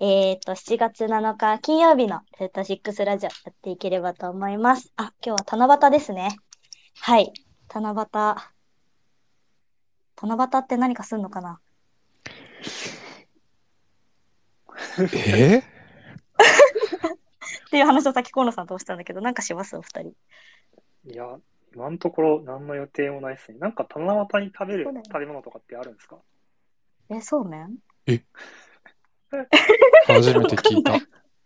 7月7日金曜日のルート6ラジオやっていければと思います。あ、今日は七夕ですね。はい。七夕。七夕って何かすんのかな？ えっていう話をさっき河野さんとしたんだけど、なんかしますお二人。 いや、今のところ何の予定もないですね。なんか七夕に食べるそうだよね。 食べ物とかってあるんですか？ そうめん。 え、初めて聞いた。 わかんない。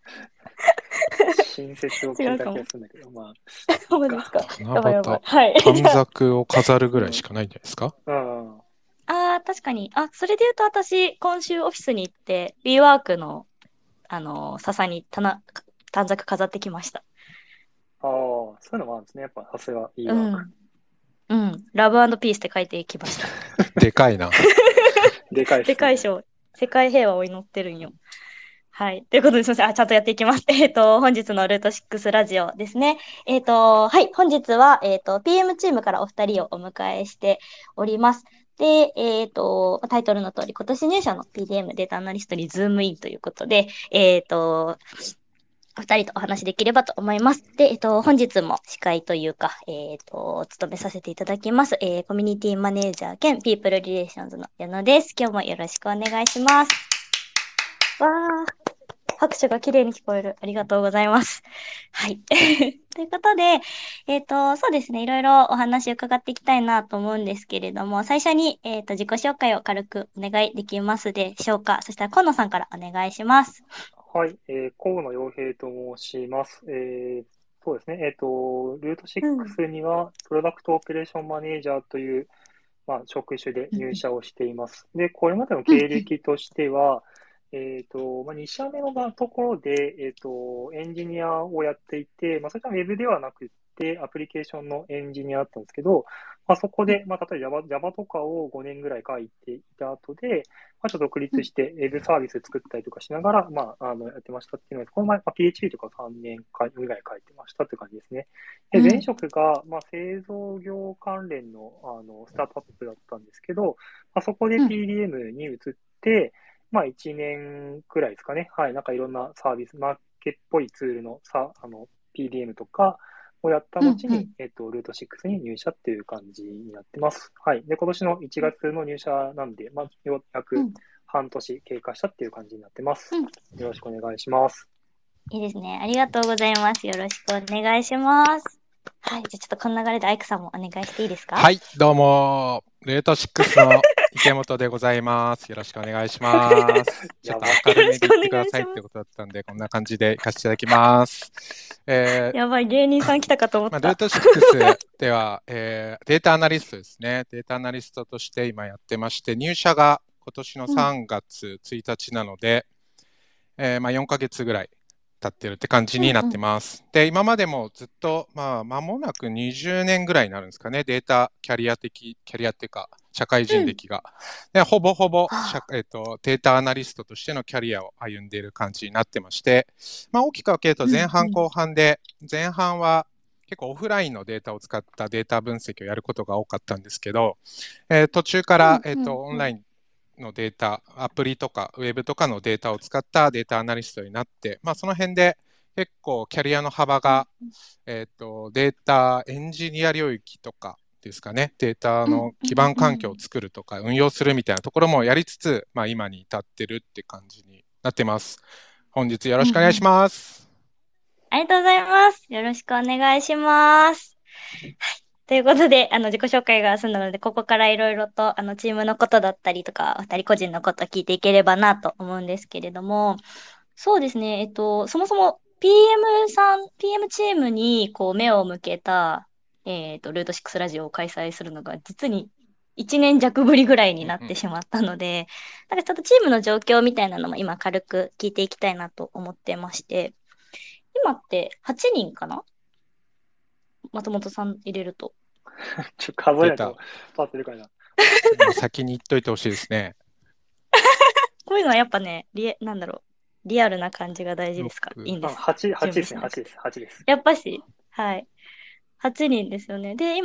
新説を聞いた気が違うかも。 するんだけど、まあ、いいそうですか。 か。やばいやばい。 七夕、 はい。じ短ゃあ、 冊を飾るぐらいうん。 しかないんじゃないですか？ うん。 確かに。それで言うと私、今週オフィスに行って、WeWork の、笹に短冊飾ってきました。 ああ、そういうのもあるんですね。やっぱさすが e うワーク。 ん。うん。ラブピースって書いてきました。 でかいな。 でかいっすね。 でかい賞。世界平和を祈ってるんよ。はい。ということで、すみません。ちゃんとやっていきます。本日のルート6ラジオですね。はい。本日は、PM チームからお二人をお迎えしております。で、タイトルの通り、今年入社の PDM データアナリストにズームインということで、お二人とお話しできればと思います。で、本日も司会というか、務めさせていただきます。コミュニティマネージャー兼ピープルリレーションズの矢野です。今日もよろしくお願いします。わー。拍手が綺麗に聞こえる。ありがとうございます。はい。ということで、そうですね。いろいろお話伺っていきたいなと思うんですけれども、最初に、自己紹介を軽くお願いできますでしょうか。そしたら、河野さんからお願いします。 はい、河野洋平と申します。そうですね。ルートうん。 6には、プロダクトオペレーションマネージャーという、まあ、職種でうん。 入社をしています。で、これまでのうん。 経歴としては、まあ、2社目のところで、エンジニアをやっていて、まあ、それからウェブではなくて、アプリケーションのエンジニアだったんですけど、まあ、そこうん。 で、まあ、例えば Java とかを5年ぐらい書いていた後で、まあ、ちょっと独立してウェブサービス作ったりとかしながら、まあ、やってましたっていうので、この前、まあ、PHP とか3年間ぐらい書いてましたって感じですね。で、前うん。 職が、まあ、製造業関連の、スタートアップだったんですけど、まあ、そこでうん。 PDM に移って、まあ、1年くらいですかね。はい。なんかいろんなサービス、マーケっぽいツールのPDM とかをやったうん。 後に、 うん。 ルート6に入社っていう感じになってます。はい。で、今年の1月の入社なんで、まあ、約うん。 半年経過したっていう感じになってます。 うん。 よろしくお願いします。 いいですね。ありがとうございます。よろしくお願いします。はい。じゃあちょっとこの流れでアイクさんもお願いしていいですか？ はい、どうも、ルート6の池本でございます。よろしくお願いします。ちょっとやば。 明るよろしくおめで言ってくだ願いします。 さいってことだったんで、こんな感じで行かせていただきます。 やばい、芸人さん来たかと思っまあ、ルーた。 ト6では、データアナリストですね。データアナリストとして今やってまして、入社が今年のうん。 3月1日なので、まあ、4ヶ月ぐらい経ってるって感じうん。 になってうん。 ます。で、今までもずっと、まあ、間もなく20年ぐらいになるんですかね。データキャリアっていうか、社会人うん。 歴が。で、ほぼほぼはあ。 データアナリストとしてのキャリアを歩んでいる感じになってまして、まあ、大きく分けるとうん。うん。 前半後半で、前半は結構オフラインのデータを使ったデータ分析をやることが多かったんですけど、途中から、 うん。うん。うん。 オンラインのデータ、アプリとかウェブとかのデータを使ったデータアナリストになって、まあ、その辺で結構キャリアの幅うん。 が、データエンジニア領域とかですかね、データうん。 の基盤環境を作るとか運用するみたいなところもやりつつ、まあ、今に至ってるって感じになってます。本日よろうん。 しくお願いしうん。 ます。 ありがとうございます。よろしくお願いします。ということで、自己紹介が済んだので、ここからいろいろと、チームのことだったりとか、お二人個人のこと聞いていければなと思うんですけれども、そうですね、そもそも PM チームにこう目を向けた、ルート6ラジオを開催するのが、実に1年弱ぶりぐらいになっうんうん、 てしまったので、なんかちょっとチームの状況みたいなのも今軽く聞いていきたいなと思ってまして、今って8人かな？松本さん入れると。 数えないとデータ、 パッと出るからな。 まあ、先に言っといてほしいですね。 こういうのはやっぱね、なんだろう。リアルな感じが大事ですか？いい僕、 んです。 8ですね、8 準備しなくて。 です、8です。 やっぱし、はい。8人ですよね。で、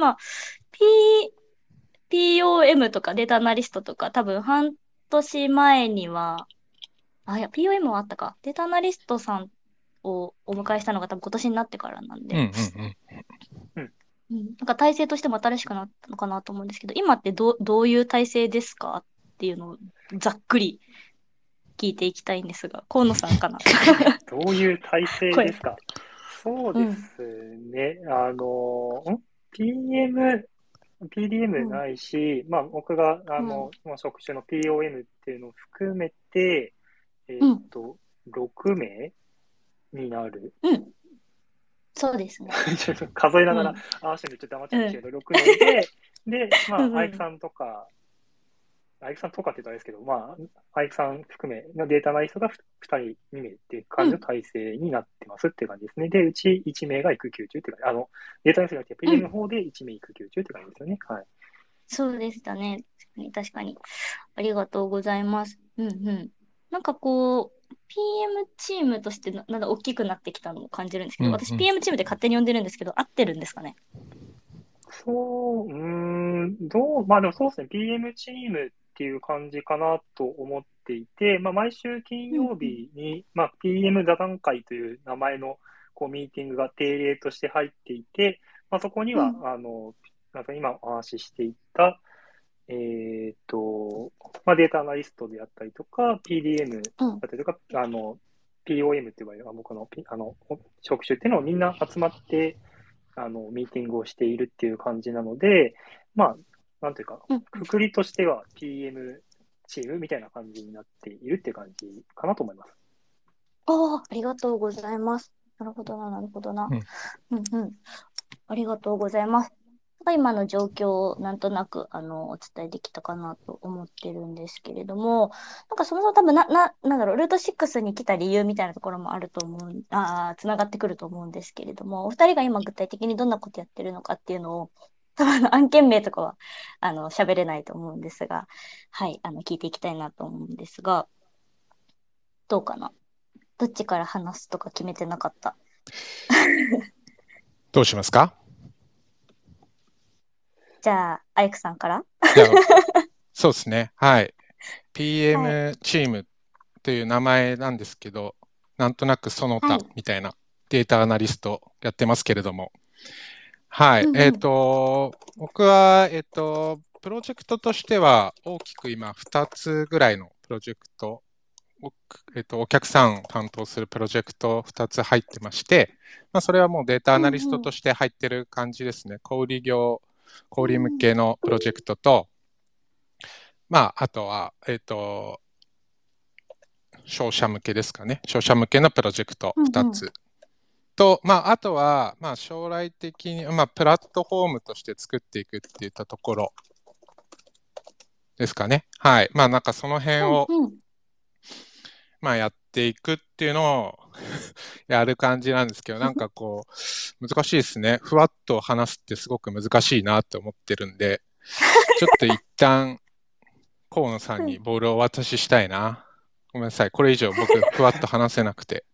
今、P、POM とかデータアナリストとか、多分半年前には、 いや、POM はあったか。データアナリストさんをお迎えしたのが多分今年になってからなんで、 うんうんうん。 なんか体制としても新しくなったのかなと思うんですけど、今ってどういう体制ですかっていうのをざっくり聞いていきたいんですが、河野さんかな。 どういう体制声。 ですか？そうでうん。 すね。PM、 う PDM ん。 ないし、まあ、僕が、 うん。 まあ、職種の POM っていうのを含めて、えーっうん。 6名になる。 うん。そうですね。 ちょっと数えながら、 うん。 してんでちょっと黙っちゃいうん。 ましたけど、6名で、まあ、 うん。うん。 アイクさんとか、アイクさんとかって言ったらあれですけど、まあ、アイクさん含めのデータアナリストが2人、2名っていう感じのうん。 体制になってますっていう感じですね。で、うち1名が育休中っていう感じ、データアナリストじゃなくてう PM のん。 方で1名育休中って感じですよね。はい。 そうでしたね。確かに、確かに。ありがとうございます。うんうん。なんかこう、PM チームとしてなんだ大きくなってきたのを感じるんですけど、私うんうん。 PM チームで勝手に呼んでるんですけど、合ってるんですかね？ そう、まあでもそうですね、PM チームっていう感じかなと思っていて、まあ毎週金曜うんうん。 日に、まあ PM 座談会という名前のこうミーティングが定例として入っていて、まあそこには、 うん。 なんか今お話ししていた、まあデータアナリストであったりとか、PDM うん。 だったりとか、POM って呼ばれる僕の、職種っていうのをみんな集まって、ミーティングをしているっていう感じなので、まあ、なんていうか、 うん。 くくりとしては PM チームみたいな感じになっているっていう感じかなと思います。 ありがとうございます。なるほどな、なるほどな。 うん。 うんうん。ありがとうございます。なんか今の状況をなんとなく、お伝えできたかなと思ってるんですけれども、なんかそもそも多分なんだろう、ルート6に来た理由みたいなところもあると思う、つながってくると思うんですけれども、お二人が今具体的にどんなことやってるのかっていうのを、多分案件名とかは、喋れないと思うんですが、はい、聞いていきたいなと思うんですが、どうかな。どっちから話すとか決めてなかった。 どうしますか？ じゃあ、アイクさんから。 じゃあ、そうですね。はい。 はい。 PM チームという名前なんですけど、なんとなくその他はい。 みたいなデータアナリストやってますけれども、はい。 うんうん。 僕は、プロジェクトとしては大きく今2つぐらいのプロジェクト、お客さんを担当するプロジェクト2つ入ってまして、まあ、それはもうデータアナリストうんうん。 として入ってる感じですね。小売向うんけのプロジェクトと、まあ、あとは、商社向けですかね。商社向けのプロジェクト2 うんうん。 つと、まあ、あとは、まあ、将来的に、まあ、プラットフォームとして作っていくっていったところですかね。はい。まあ、なんかその辺を、 うんうん。 まあ、やっていくっていうのをやる感じなんですけど、なんかこう、難しいですね。ふわっと話すってすごく難しいなって思ってるんで、ちょっと一旦、河野さんにボールをお渡ししたいな。ごめんなさい。これ以上僕、ふわっと話せなくて。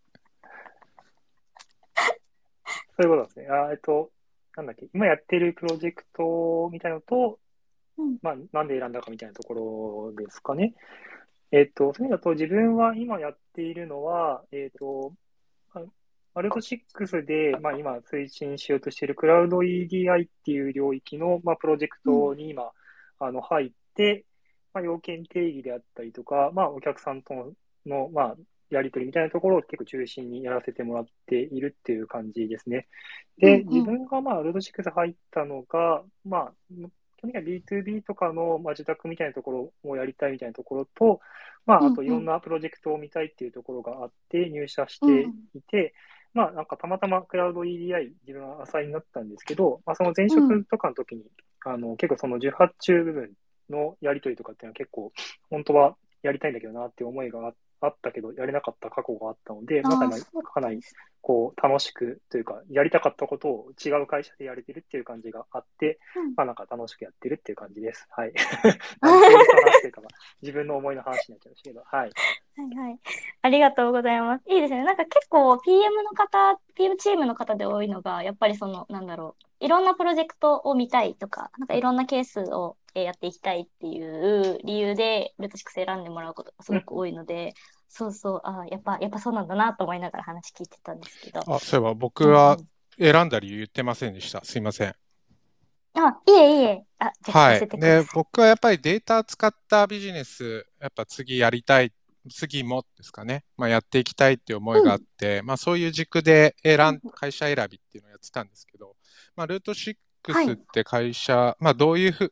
そういうことですね。なんだっけ、今やってるプロジェクトみたいなのと、 うん。 まあ、なんで選んだかみたいなところですかね。そういう意味だと、自分は今やっているのは、あアルト6で、まあ、今推進しようとしているクラウド EDI っていう領域の、まあ、プロジェクうん。 トに今、入って、まあ、要件定義であったりとか、まあ、お客さんとの、まあ、やり取りみたいなところを結構中心にやらせてもらっているっていう感じですね。で、自うんうん。 分がまあ、ルード6入ったのが、まあ、基本的には B2B とかの、まあ、受託みたいなところをやりたいみたいなところと、まあ、あといろんうんうん。 なプロジェクトを見たいっていうところがあって入社してうん。 いて、まあ、なんかたまたまクラウド EDI 自分はアサインになったんですけど、まあ、その前うん。 職とかの時に、結構その受発注部分のやり取りとかっていうのは結構、本当はやりたいんだけどなっていう思いがあったけど、やれなかった過去があったので、なんかああ、 今、 そうかなりなんです。 こう楽しくというか、やりたかったことを違う会社でやれてるっていう感じがあって、 うん。 まあなんか楽しくやってるっていう感じです。はい。なんプロジェクトの話というか、まあ、自分の思いの話になっちゃいましたけど、はい。 はいはい。ありがとうございます。いいですね。なんか結構 PM の方、PM チームの方で多いのが、やっぱりその、なんだろう。いろんなプロジェクトを見たいとか、なんかいろんなケースをやっていきたいっていう理由で、ルート6選んでもらうことがすうん、 ごく多いので、 そうそう、やっぱそうなんだなと思いながら話聞いてたんですけど。 そういえば僕うんうはん。 選んだ理由言ってませんでした。すいません。 いえいえ。じゃあ聞かはい。 せてくだで、 さい。 僕はやっぱりデータ使ったビジネス、やっぱ次やりたい、次もですかね、やっていきたいっていう思いがあうん。 って、そういう軸でうんうん。 会社選びっていうのをやってたんですけど、ルート6っはい。 て会社、どういうふう、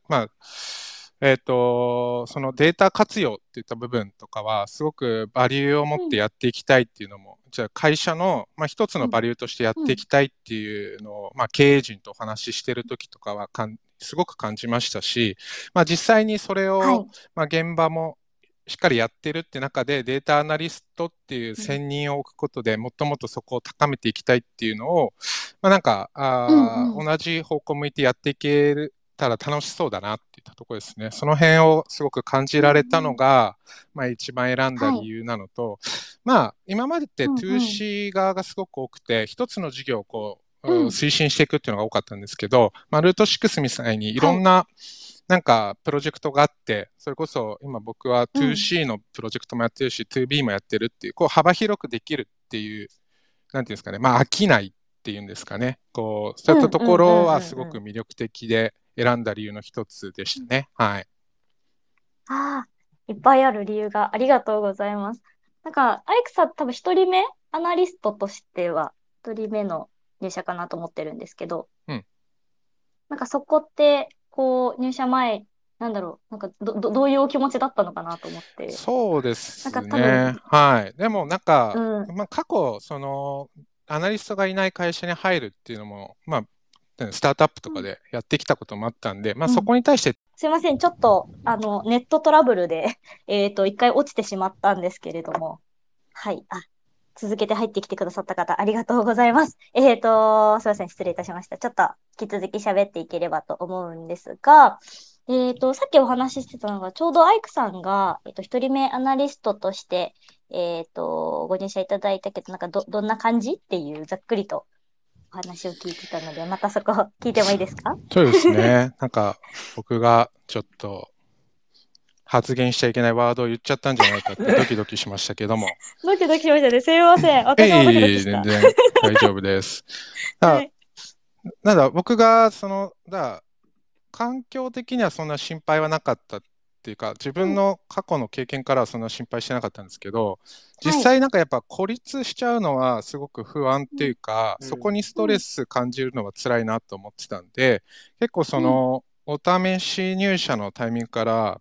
そのデータ活用っていった部分とかは、すごくバリューを持っうん。 てやっていきたいっていうのも、じゃあ会社の、一つのうん。 バリューとしてやっうん。 ていきたいっていうのを、経営陣とお話ししてる時とかはすごく感じましたし、実際にそれを、 はい。 現場もしっかりやってるって中でデータアナリストっていううん。 専任を置くことでもっともっとそこを高めていきたいっていうのを、 うんうん。 同じ方向向いてやっていけたら楽しそうだなっていったところですね。その辺をすごく感じうんられたうん。 のが、一番選んだはい。 理由なのと、今までってうんうん。 2C 側がすごく多くて、一つの事業をうん。 推進していくっていうのが多かったんですけど、ルート6みたいにいはい。 ろんなプロジェクトがあって、それこそ今僕はうん。 2C のプロジェクトもやってるし、2B もやってるっていう、幅広くできるっていう、なんていうんですかね、飽きないっていうんですかね。そういったうんとこうんうんろはすうんうん。 ごく魅力的で選んだ理由の一つでしたね。はい。 いっぱいある理由がありがとうございます。アレクサ多分一人目アナリストとしては一人目の入社かなと思ってるんですけど、 うん。 そこって、入社前、なんだろう、どういうお気持ちだったのかなと思って。 そうです多分、 ね。はい。でもうん、 過去、アナリストがいない会社に入るっていうのも、スタートアップとうん、 かでやってきたこともあったんで、 うん。 そこに対してすいません、ちょっと、ネットトラブルで、一回落ちてしまったんですけれども、はい。続けて入ってきてくださった方、ありがとうございます。すいません、失礼いたしました。ちょっと引き続き喋っていければと思うんですが、さっきお話ししてたのが、ちょうどアイクさんが、一人目アナリストとして、ご入社いただいたけど、どんな感じっていうざっくりとお話を聞いてたので、またそこ聞いてもいいですか？ そうですね。僕がちょっと発言しちゃいけないワードを言っちゃったんじゃないかってドキドキしましたけども。 ドキドキしましたね。すみません。私もドキドキ全した。 然大丈夫です。だはい。 僕が、環境的にはそんな心配はなかったっていうか、自分うん。 の過去の経験からはそんな心配してなかったんですけど、 はい。 実際やっぱ孤立しちゃうのはすごく不安っていうか、そこにストレうん。 ス感じるのは辛いなと思ってたんで、結構うん。 お試し入社のタイミングから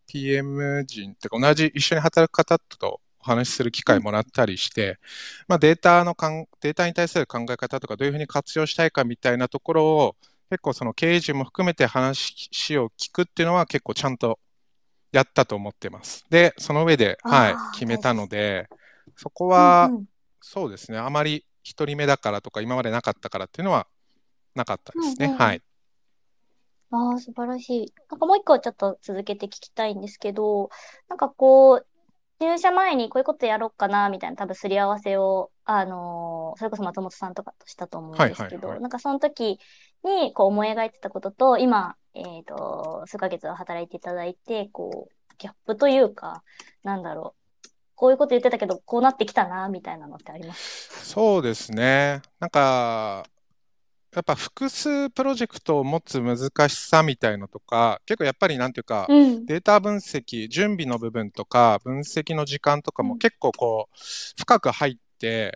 PM 陣ってか同じ一緒に働く方とお話しする機うん。 会もらったりして、データに対する考え方とかどういうふうに活用したいかみたいなところを結構その経営陣も含めて話を聞くっていうのは結構ちゃんとやったと思ってます。で、その上で、はい、決めた大事です。 ので、そこうん。 は、 うん。 そうですね、あまり一人目だからとか今までなかったからっていうのはなかったでうん。 すね。 うん。 はい。 素晴らしい。もう一個ちょっと続けて聞きたいんですけど、入社前にこういうことやろうかな、みたいな多分すり合わせを、それこそ松本さんとかとしたと思うんはいですけど、 はいはい。 その時にこう思い描いてたことと、今、数ヶ月働いていただいて、ギャップというか、なんだろこういうこと言ってたけど、こうなってきたな、みたいなのってあります？ そうですね。やっぱ複数プロジェクトを持つ難しさみたいのとか、結構やっぱりなんていうか、 うん。 データ分析、準備の部分とか、分析の時間とかうん。 も結構深く入って、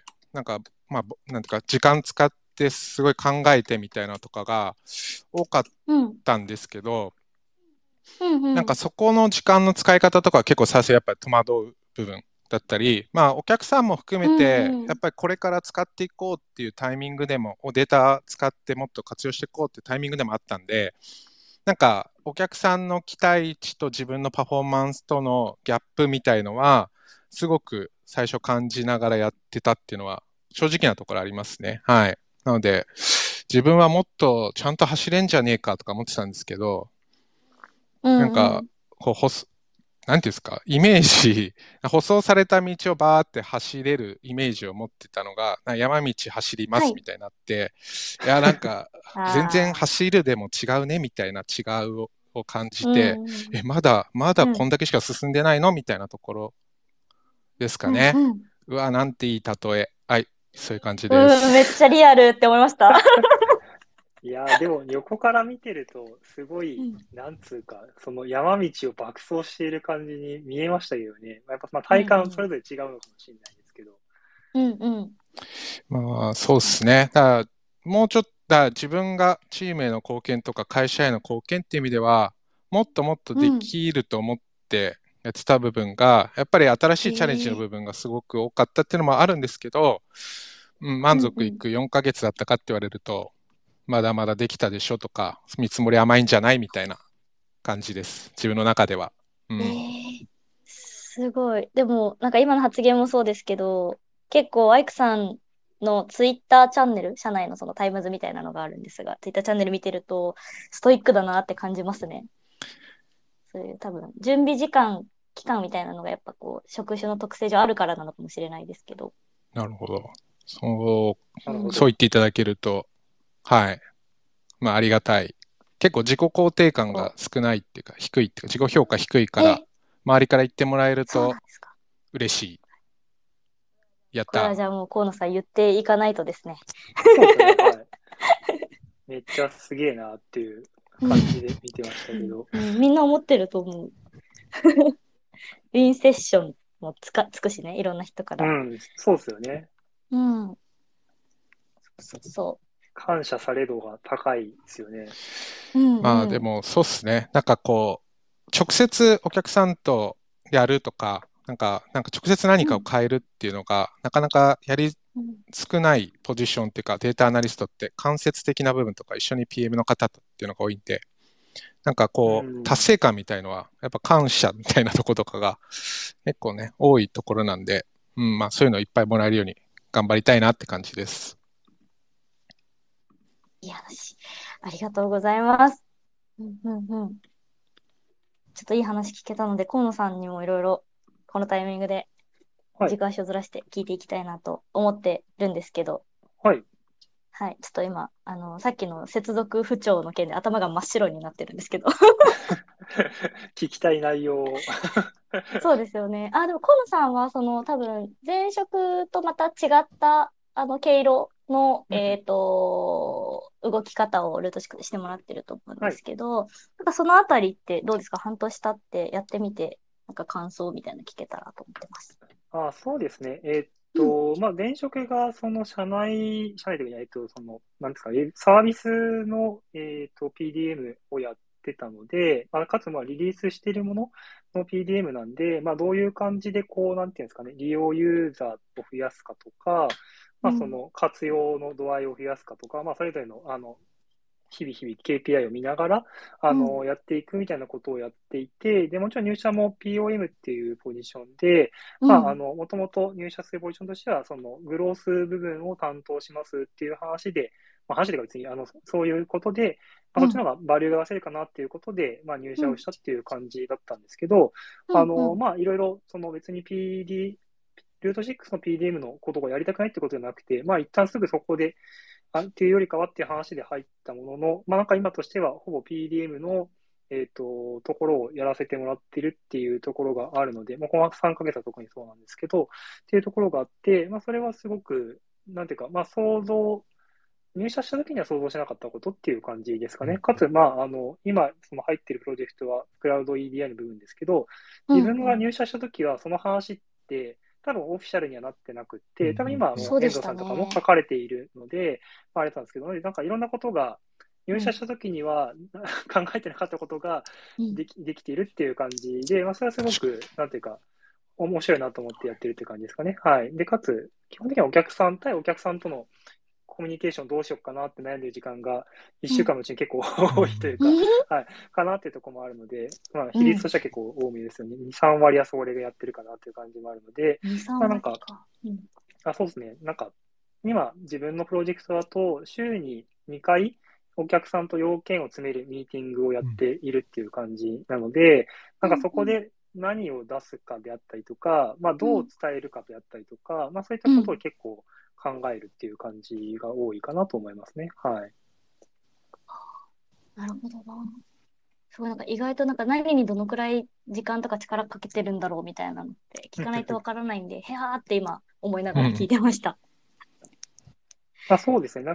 なんていうか、時間使ってすごい考えてみたいなとかが多かっうん。 たんですけど、 うん。うん。 そこの時間の使い方とか結構最初やっぱり戸惑う部分だったり、お客さんも含めうん。 て、 うん。 やっぱりこれから使っていこうっていうタイミングでも、データ使ってもっと活用していこうっていうタイミングでもあったんで、お客さんの期待値と自分のパフォーマンスとのギャップみたいのは、すごく最初感じながらやってたっていうのは、正直なところありますね。はい。なので、自分はもっとちゃんと走れんじゃねえかとか思ってたんですけど、 うん。うん。 こう、なんていうんですか、イメージ、舗装された道をバーって走れるイメージを持ってたのが、山道走りまはい。 すみたいになって、いや、全然ああ。 走るでも違うねみたいな違うを感じうて、 ん。 まだうん。 こんだけしか進んでないのみたいなところですかうんね。 うん。 うわ、なんていい例え。はい、そういう感じです。 めっちゃリアルって思いました。 いやー、でも横から見てると、すごい、 うん。 なんつうか、その山道を爆走している感じに見えましたけどね。やっぱまあうん体感そうん。 れぞれ違うのかもしれないですけど。 うんうん。 まあ、そうですね。だからもうちょっと、自分がチームへの貢献とか会社への貢献っていう意味では、もっともっとでうん。 きると思ってやってた部分が、やっぱり新しいチャレンジのええ部分がすごく多かったっていうのもあるんですけど、満うんうん。 足いく4ヶ月だったかって言われると、まだまだできたでしょとか、見積もり甘いんじゃないみたいな感じです。自分の中では。うえん。 えすごい。でも、なんか今の発言もそうですけど、結構アイクさんのツイッターチャンネル、社内のそのタイムズみたいなのがあるんですが、ツイッターチャンネル見てると、ストイックだなって感じますね。そういう多分、準備時間、期間みたいなのがやっぱこう、職種の特性上あるからなのかもしれないですけど。 なるほど。そう、 うん。 なるほど。 そう言っていただけると、はい。まあ、ありがたい。結構自己肯定感がそ少ないっていうか、低いっていうか、自己評価低いかう。 ら、周りから言ってもらえるそうなんとですか。 嬉しい。やっこれはじた。 ゃあもう河野さん言っていかないとですね。 そうですね、はい。めっちゃすげえなっていううん。 感じで見てましたけど。 うん、みんな思ってると思う。インセッションもつくしね、いろんな人から。 うん、そうですよね。 うん。そ感謝され度が高いですよね。 う。うんうん。 まあでもそうっすね。なんかこう、直接お客さんとやるとか、なんか直接何かをうん。 変えるっていうのが、なかなかやりうん。 少ないポジションっていうか、データアナリストって間接的な部分とか一緒に PM の方っていうのが多いんで、なんかうこう、達ん。 成感みたいのは、やっぱ感謝みたいなとことかが結構ね、多いところなんで、まあそういうのをいっぱいもらえるように頑張りたいなって感じです。 いい話。ありがとうございます。うんうんうん。ちょっといい話聞けたので、河野さんにもいろいろこのタイミングではい。 軸足をずらして聞いていきたいなと思ってるんですけど、 はい。 はい。ちょっと今、さっきの接続不調の件で頭が真っ白になってるんですけど。 聞きたい内容。 そうですよね。あ、でも河野さんは、その多分、前職とまた違った、経路の、動き方をルートしてもらってると思うんではい。 すけど、なんかそのあたりってどうですか？半年経ってやってみて、なんか感想みたいなの聞けたらと思ってます。 あ、そうですね。 うん。 まあ、前職がその社内で、その、なんですか、サービスの、PDM をやってたので、まあ、かつ、まあ、リリースしているものの PDM なんで、まあ、どういう感じで、こう、なんていうんですかね、利用ユーザーを増やすかとか、まあ、そうん。 の活用の度合いを増やすかとか、まあ、それぞれの、日々 KPI を見ながら、 うん。 やっていくみたいなことをやっていて、で、もちろん入社も POM っていうポジションで、まあ、 うん。 もともと入社するポジションとしては、そのグロース部分を担当しますっていう話で、まあ、話で別に、そういうことで、まあ、そっちうん。 の方がバリューが出せるかなっていうことで、まあ、入うん。 社をしたっていう感じだったんですけど、 うん。うん。 まあ、いろいろ、その別に ルート6の PDM のことがやりたくないってことじゃなくて、まあ、一旦すぐそこで、っていうよりかはっていう話で入ったものの、まあ、なんか今としては、ほぼ PDM の、ところをやらせてもらってるっていうところがあるので、まあ、この3ヶ月は特にそうなんですけど、っていうところがあって、まあ、それはすごく、なんていうか、まあ、入社した時には想像しなかったことっていう感じですかね。かつ、まあ、今、その入ってるプロジェクトは、クラウド EDI の部分ですけど、自分がうん。 入社した時は、その話って、多分オフィシャルにはなってなくっうんうて、多分今、 んそうでした遠藤さんとかも書ね。 かれているので、まあ、あれなんですけど、なんかいろんなことが、入うん。 社した時には考えてなかったことがうん。 できているっていう感じで、まあ、それはすごく、なんていうか、面白いなと思ってやってるって感じですかね。はい。で、かつ、基本的にはお客さんとのコミュニケーションどうしようかなって悩んでる時間が、1週間のうちに結構多いというか、 うん。 はい、かなっていうところもあるので、まあ、 うん。 比率としては結構多めですよね。2、3割はそれがやってるかなっていう感じもあるので、 2、3 まあなんか、 割か。うん。 そうですね。なんか、今、自分のプロジェクトだと、週に2回、お客さんと要件を詰めるミーティングをやっうんているっていう感じなので、なんかうん。うん。 そこで何を出すかであったりとか、まあ、どううん。 伝えるかであったりとか、まあ、そういったことをうん。 結構考えるっていう感じが多いかなと思いますね。はい。 なるほどな。 すごいなんか意外となんか何にどのくらい時間とか力かけてるんだろうみたいなのって聞かないとわからないんで、へはーって今思いながら聞いてました。 そうですね。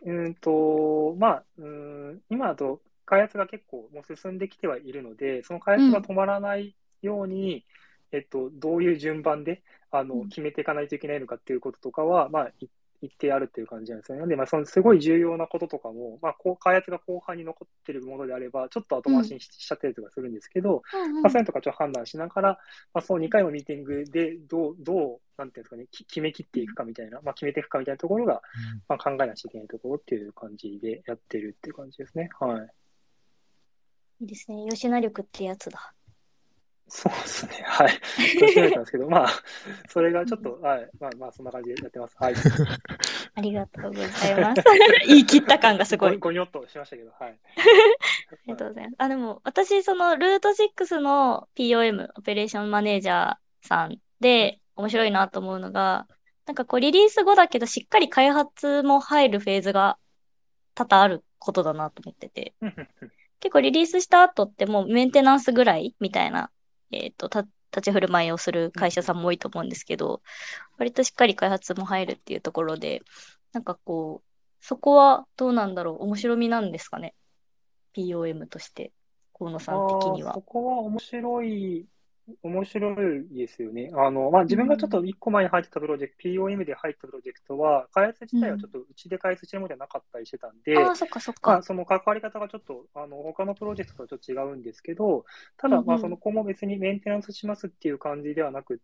今だと開発が結構もう進んできてはいるので、その開発が止まらないように、どういう順番で、決めていかないといけないのかっていうこととかは、一定あるっていう感じなんですよね。なので、そのすごい重要なこととかも、開発が後半に残っているものであれば、ちょっと後回しにしちゃったりとかするんですけど、そういうのとかちょっと判断しながら、その2回のミーティングでなんていうんですかね、決めきっていくかみたいな、決めていくかみたいなところが、考えなきゃいけないところっていう感じでやってるっていう感じですね。はい。 いいですね。吉野力ってやつだ。 そうですね。はい。そうしてないんですけど、それがちょっと、はい。そんな感じでやってます。はい。 ありがとうございます。言い切った感がすごい。 ごにょっとしましたけど、はい。 ありがとうございます。でも、私、その、ルート6の POM、オペレーションマネージャーさんで、面白いなと思うのが、なんかこう、リリース後だけど、しっかり開発も入るフェーズが多々あることだなと思ってて、結構リリースした後ってもうメンテナンスぐらいみたいな、立ち振る舞いをする会社さんも多いと思うんですけど、割としっかり開発も入るっていうところで、なんかこう、そこはどうなんだろう、面白みなんですかね。POM として、河野さん的には。 そこは面白いですよね。自分がちょっと1個前に入ってたプロジェクト、POM で入ったプロジェクトは、開発自体はちょっとうちで開発してるものではなかったりしてたんで、 ああ、そっかそっか。 その関わり方がちょっと、他のプロジェクトとはちょっと違うんですけど、ただ、その子も別にメンテナンスしますっていう感じではなくって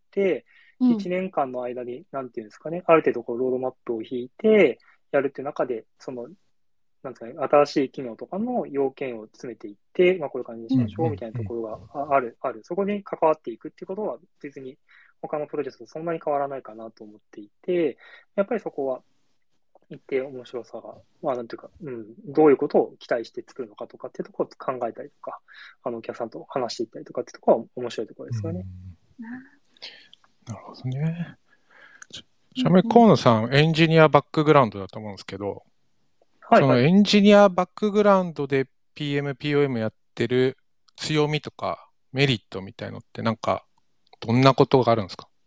、1年間の間に、なんていうんですかね、ある程度こうロードマップを引いて、やるっていう中で、なんですかね、新しい機能とかの要件を詰めていって、こういう感じにしましょうみたいなところがある。そこに関わっていくっていうことは別に他のプロジェクトとそんなに変わらないかなと思っていて、やっぱりそこは一定面白さが、なんていうか、どういうことを期待して作るのかとかっていうところを考えたりとか、お客さんと話していったりとかっていうところは面白いところですよね。 なるほどね。ちなみに河野さん、エンジニアバックグラウンドだと思うんですけど、そのエンジニアバックグラウンドで PM、POM やってる強みとかメリットみたいのってなんかどんなことがあるんですか？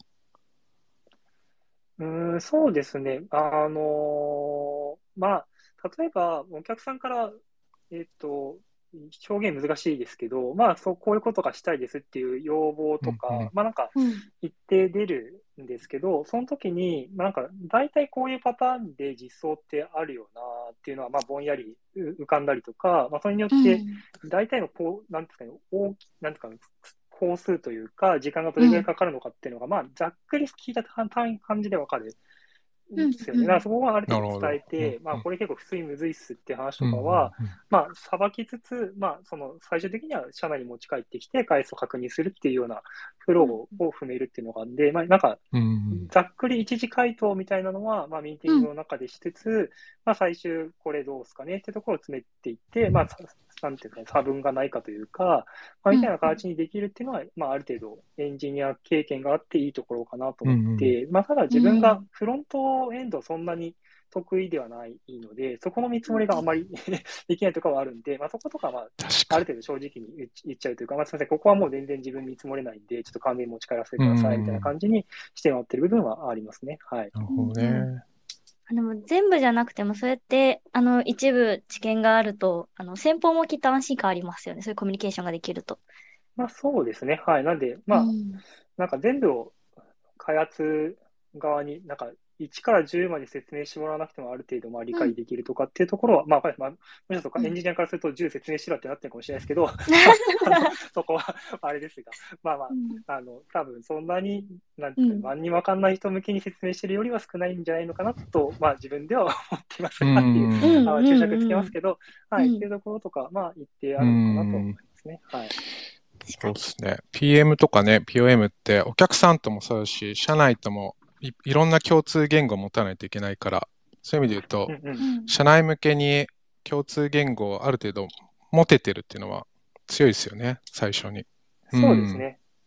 そうですね。例えば、お客さんから、表現難しいですけど、こういうことがしたいですっていう要望とか、一定出るんですけど、その時に、大体こういうパターンで実装ってあるよなっていうのは、ぼんやり浮かんだりとか、それによって、大体のなんですかね、なんていうか、工数というか、時間がどれぐらいかかるのかっていうのが、ざっくり聞いた感じでわかる。ですよね。だからそこはある程度伝えて、これ結構普通にむずいっすって話とかは、さばきつつ、最終的には社内に持ち帰ってきて、回数を確認するっていうようなフローを踏めるっていうのがあるんで、ざっくり一次回答みたいなのは、ミーティングの中でしつつ、最終これどうですかねってところを詰めていって、なんていうか、差分がないかというか、みたいな形にできるっていうのは、ある程度エンジニア経験があっていいところかなと思って、ただ自分がフロントエンドそんなに得意ではないので、そこの見積もりがあまりできないとかはあるんで、そことかは、ある程度正直に言っちゃうというか、すみません、ここはもう全然自分見積もれないんで、ちょっと完全に持ち帰らせてくださいみたいな感じにしてもらってる部分はありますね。はい。 なるほどね。 でも全部じゃなくても、そうやって、一部知見があると、先方もきっと安心感ありますよね。そういうコミュニケーションができると。 そうですね。はい。なんで、全部を開発側に、1から10まで説明してもらわなくてもある程度理解できるとかっていうところは、もしかするとエンジニアからすると10説明しろってなってるかもしれないですけど、そこはあれですが、多分そんなに、なんですかね、何にもわかんない人向けに説明してるよりは少ないんじゃないのかなと、自分では思っていますがっていう、注釈つけますけど、はい、っていうところとか、一定あるのかなと思いますね。はい。 そうですね。PM とかね、POM ってお客さんともそうだし、社内ともいろんな共通言語を持たないといけないから、そういう意味で言うと、社内向けに共通言語をある程度持ててるっていうのは強いですよね、最初に。 そうですね。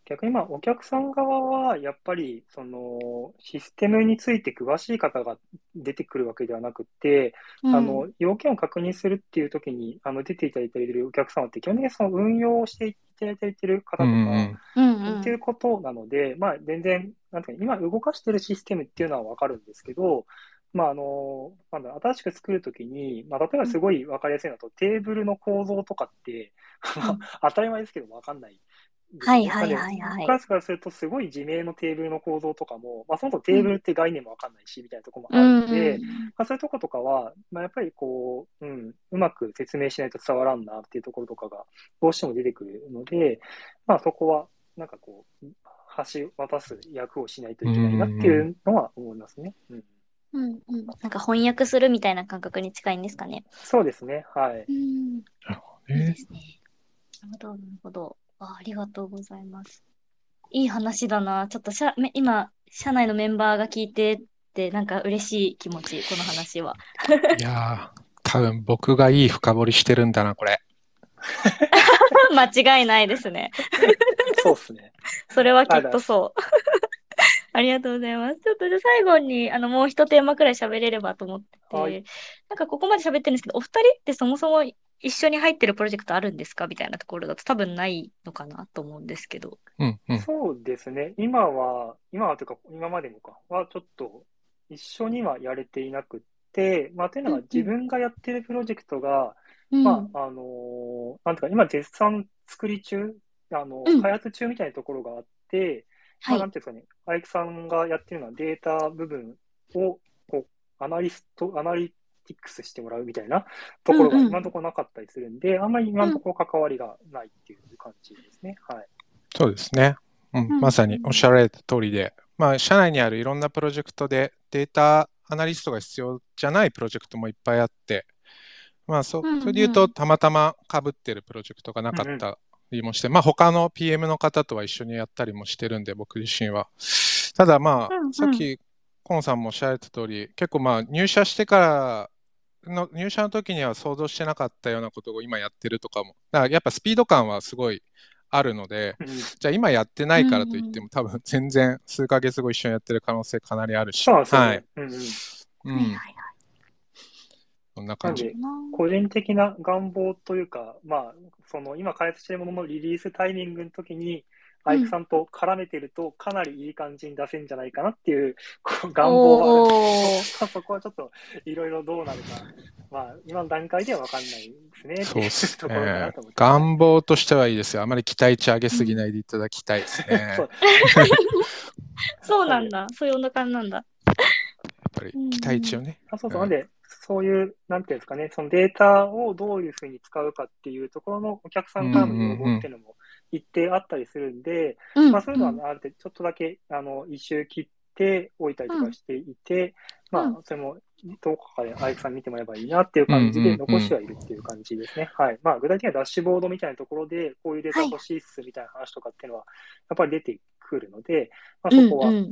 逆にお客さん側は、やっぱり、その、システムについて詳しい方が出てくるわけではなくて、要件を確認するっていう時に、出ていただいているお客様って、基本的にその運用をしていただいている方とか、っていうことなので、全然、なんていうか、今動かしているシステムっていうのはわかるんですけど、なんだ、新しく作るときに、例えばすごいわかりやすいのだと、テーブルの構造とかって、当たり前ですけどわかんないですよね。なんで、クラスからすると、すごい自明のテーブルの構造とかも、そもそもテーブルって概念もわかんないし、みたいなところもあるので、そういうところとかは、やっぱりこう、うまく説明しないと伝わらんなっていうところとかが、どうしても出てくるので、そこは、なんかこう、橋渡す役をしないといけないなっていうのは思いますね。 なんか翻訳するみたいな感覚に近いんですかね。 そうですね。はい。 いいですね。なるほど、なるほど。ありがとうございます。いい話だな。ちょっと今、社内のメンバーが聞いてて、なんか嬉しい気持ち、この話は。 いやー、多分僕がいい深掘りしてるんだな、これ。 間違いないですね。 そうですね。 それはきっとそう。ありがとうございます。ちょっとじゃあ最後に、もう一テーマくらい喋れればと思ってて、 はい。 なんかここまで喋ってるんですけど、お二人ってそもそも一緒に入ってるプロジェクトあるんですかみたいなところだと多分ないのかなと思うんですけど。 そうですね。今はというか、今までもか、はちょっと一緒にはやれていなくって、というのは自分がやってるプロジェクトが、なんていうか、今絶賛作り中、開発中みたいなところがあって、なんていうんですかね、アイクさんがやってるのはデータ部分を、こう、アナリティクスしてもらうみたいなところが今のところなかったりするんで、あんまり今のところ関わりがないっていう感じですね。はい。 そうですね。まさにおっしゃられた通りで、社内にあるいろんなプロジェクトでデータアナリストが必要じゃないプロジェクトもいっぱいあって、それで言うと、たまたま被ってるプロジェクトがなかったりもして、他の PM の方とは一緒にやったりもしてるんで、僕自身は。たださっき、コンさんもおっしゃられた通り、結構入社してから入社の時には想像してなかったようなことを今やってるとかも、だからやっぱスピード感はすごいあるので、じゃあ今やってないからといっても、多分全然数ヶ月後一緒にやってる可能性かなりあるし。 そうですよね。 こんな感じ。 なんで、個人的な願望というか、その今開発しているもののリリースタイミングの時に、アイクさんと絡めてると、かなりいい感じに出せんじゃないかなっていう願望はあるんですけど、そこはちょっといろいろどうなるか、今の段階では分かんないですね。 そうですところかなと思って。 願望としてはいいですよ。あまり期待値上げすぎないでいただきたいですね。 そうなんだ。そういう温度感なんだ。やっぱり期待値をね。 なんで、そういう、なんていうんですかね、そのデータをどういうふうに使うかっていうところのお客さんからの要望っていうのも一定あったりするんで、そういうのはある程度ちょっとだけ、一周切っておいたりとかしていて、それもどこかでアイクさん見てもらえばいいなっていう感じで残してはいるっていう感じですね。はい。具体的にはダッシュボードみたいなところで、こういうデータ欲しいっすみたいな話とかっていうのは、やっぱり出てくるので、そこは、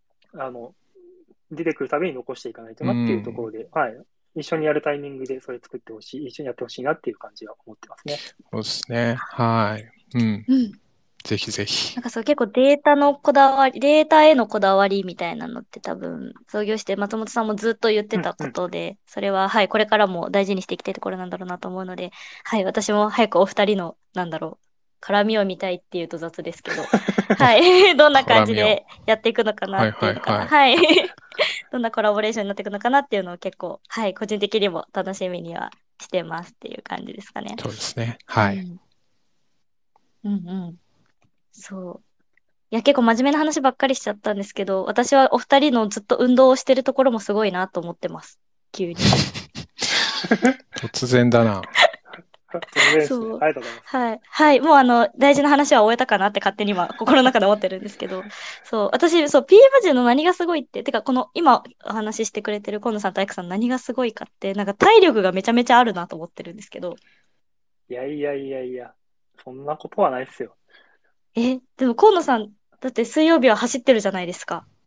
出てくるたびに残していかないとなっていうところで、一緒にやるタイミングでそれ作ってほしい、一緒にやってほしいなっていう感じは思ってますね。 そうですね。はい。ぜひぜひ。 なんかそう結構データのこだわり、データへのこだわりみたいなのって多分、創業して松本さんもずっと言ってたことで、それは、これからも大事にしていきたいところなんだろうなと思うので、私も早くお二人の、絡みを見たいっていうと雑ですけど、どんな感じでやっていくのかなっていうのかな。どんなコラボレーションになっていくのかなっていうのを結構、個人的にも楽しみにはしてますっていう感じですかね。 そうですね。はい。 そう。いや、結構真面目な話ばっかりしちゃったんですけど、私はお二人のずっと運動をしてるところもすごいなと思ってます。急に。 突然だな。 そう。 ありがとうございます。 はい。もう大事な話は終えたかなって勝手に今、心の中で思ってるんですけど、そう。私、そう、PM 陣の何がすごいって、てか、この、今お話ししてくれてる今野さんとアイクさん何がすごいかって、なんか体力がめちゃめちゃあるなと思ってるんですけど。 いやいやいやいや、そんなことはないですよ。 でも今野さん、だって水曜日は走ってるじゃないですか。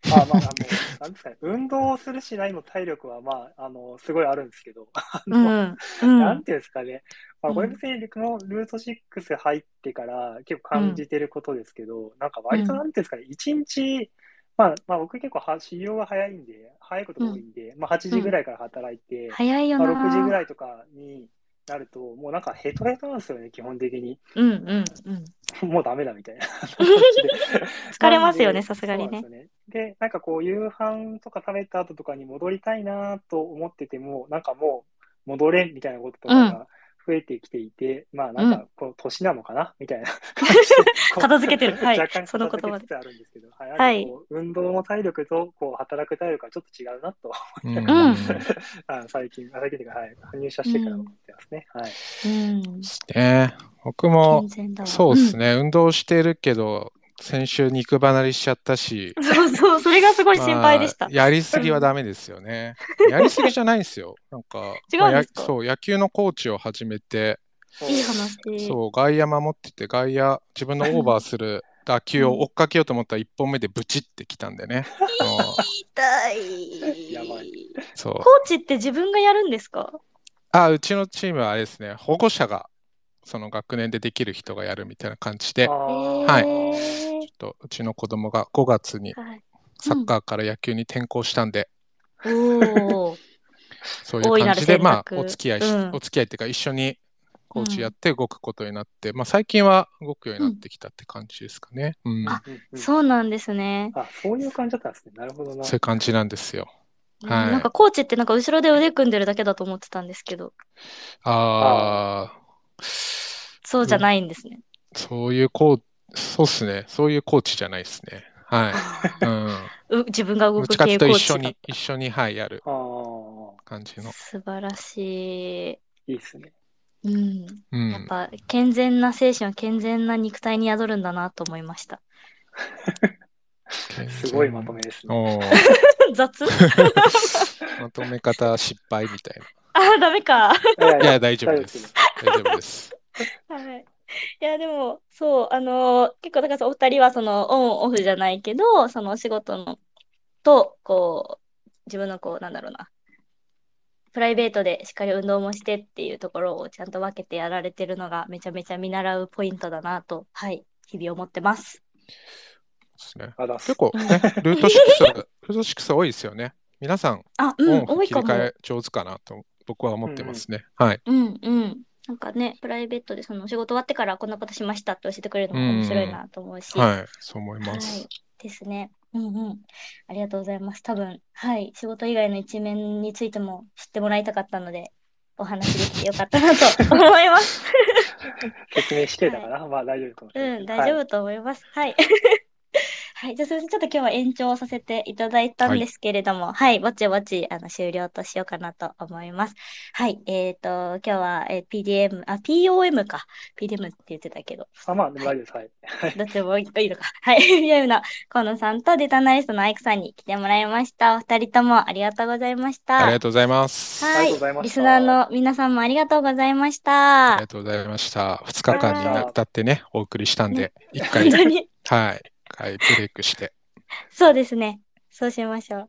なんですかね、運動するしないの体力は、すごいあるんですけど、 うん。うなんん。 ていうんですかね、これ別にこのルート6入ってから結構うん。 感じてることですけど、なんか割とうん。 なんていうんですかね、一日、僕結構始業が早いんで、早いことうん。 が多いんで、8 うん。 時ぐらいから働いて、 早いよ 6時ぐらな。 いとかになると、もうなんかヘトヘトなんですよね、基本的に。 うん。うん。うん。 もうダメだみたいな感じで。 疲なんで、 れますよね、さすがにね。 そうなんですよね。で、なんかこう、夕飯とか食べた後とかに戻りたいなと思ってても、なんかもう戻れんみたいなこととうん。 かが増えてきていて、なうん。 んかこう、年なのかなみたいな感じで、こう、 片付けてる。はい。 若干その片言葉で。 付けつつあるんですけど、はい。なんではい。 こう、運動の体力と、こう、働く体力はちょっと違うなと思ういながら、 うん。 ん。 最近というか、はい、入社してから思うん。 ってますね。はい。 うん。 ね。僕も、 健全だわ。うん。 そうですね。運動してるけど、先週肉離れしちゃったし、 そうそう。それがすごい心配でした。 やりすぎはうん。 ダメですよね。やりすぎじゃないんですよ。なんか、 違うんですか？ そう、野球のコーチを始めて、 いい話。 そう、外野守ってて、自分のオーバーする打球を追っかけようと思ったら1本目でブチってきたんでね。もう、 痛やばい。 い。コそう。 ーチって自分がやるんですか？ うちのチームはあれですね、保護者が、その学年でできる人がやるみたいな感じで、はい。ちょっと、うちの子供が5月にはい。 サッカーから野球に転向したんで、 おー。 そういう大いなる感じで、 選択。うん。 お付き合いっていうか、一緒にコーチやっうん。 て動くことになって、最近は動くようにうん。 なってきたって感じですかね。うん。 あ、そうなんですね。 そういう感じだったんですね。なるほどな。 そういう感じなんですよ。 なんかはい。 コーチってなんか後ろで腕組んでるだけだと思ってたんですけど、 ああそうじゃないんですね。 そういうそうっすね。そういうコーチじゃないですね。はい。うあん。 自分が動どっちかっていうとく系コーチだった。 一緒に、はい、やるあ、ああ、 感じの。 素晴らしい。 いいっすね。 うん。 うん。 やっぱ健全な精神は健全な肉体に宿るんだなと思いました。 健すごいまと全。 めですね。 おー。 雑まとめ方失敗みたいな。 あ、ダメか。 いや、 いやいや、 大丈夫大丈夫ですけど。 です。大丈夫です。 はい。いや、でも、そう、結構、だからお二人は、オンオフじゃないけど、そのお仕事の、自分の、なんだろうな、プライベートでしっかり運動もしてっていうところをちゃんと分けてやられてるのが、めちゃめちゃ見習うポイントだなと、はい、日々思ってます。 ですね。 あだす。 結構ね、 うん。 ルート6多いですよね。皆さん、 あ、うん、 オンオフ多いかも。 切り替え上手かなと僕は思ってうんうん。 ますね。はい。 うんうん。なんかね、プライベートでその仕事終わってからこんなことしましたって教えてくれるうのも面白いん。 なと思うし。 はい。そう思います。 はい。ですね。うんうん。ありがとうございます。多分、はい。仕事以外の一面についても知ってもらいたかったので、お話できてよかったなと思います。 説明してたはい。 かな。大丈夫かもしれないですうん、 けど。はい。 大丈夫と思います。はい。はい。じゃあ、すみません。ちょっと今日は延長させていただいたはい。 んですけれども、はい。ぼちぼち、終了としようかなと思います。はい。今日は、PDM、POM か。PDM って言ってたけど。 でもはい。 大丈夫です。はい。はい。 どっちもいいのか。はい。PDM の河野さんとデータアナリストのアイクさんに来てもらいました。お二人ともありがとうございました。 ありがとうございます。 ありがとうはい。 ございました。 リスナーの皆さんもありがとうございましありがた。 とうございました。2 ありがとうございまし日間にわはた。 たってね、お送りしたんい。ね。 で、一回、 本当に。 はい、一回ブレイクして。 そうですね。そうしましょう。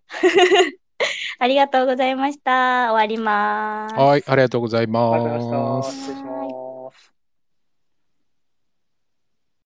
ありがとうございました。終わりまーはい、 す。 ありがとうございありがとうございました。 ます。 失礼します。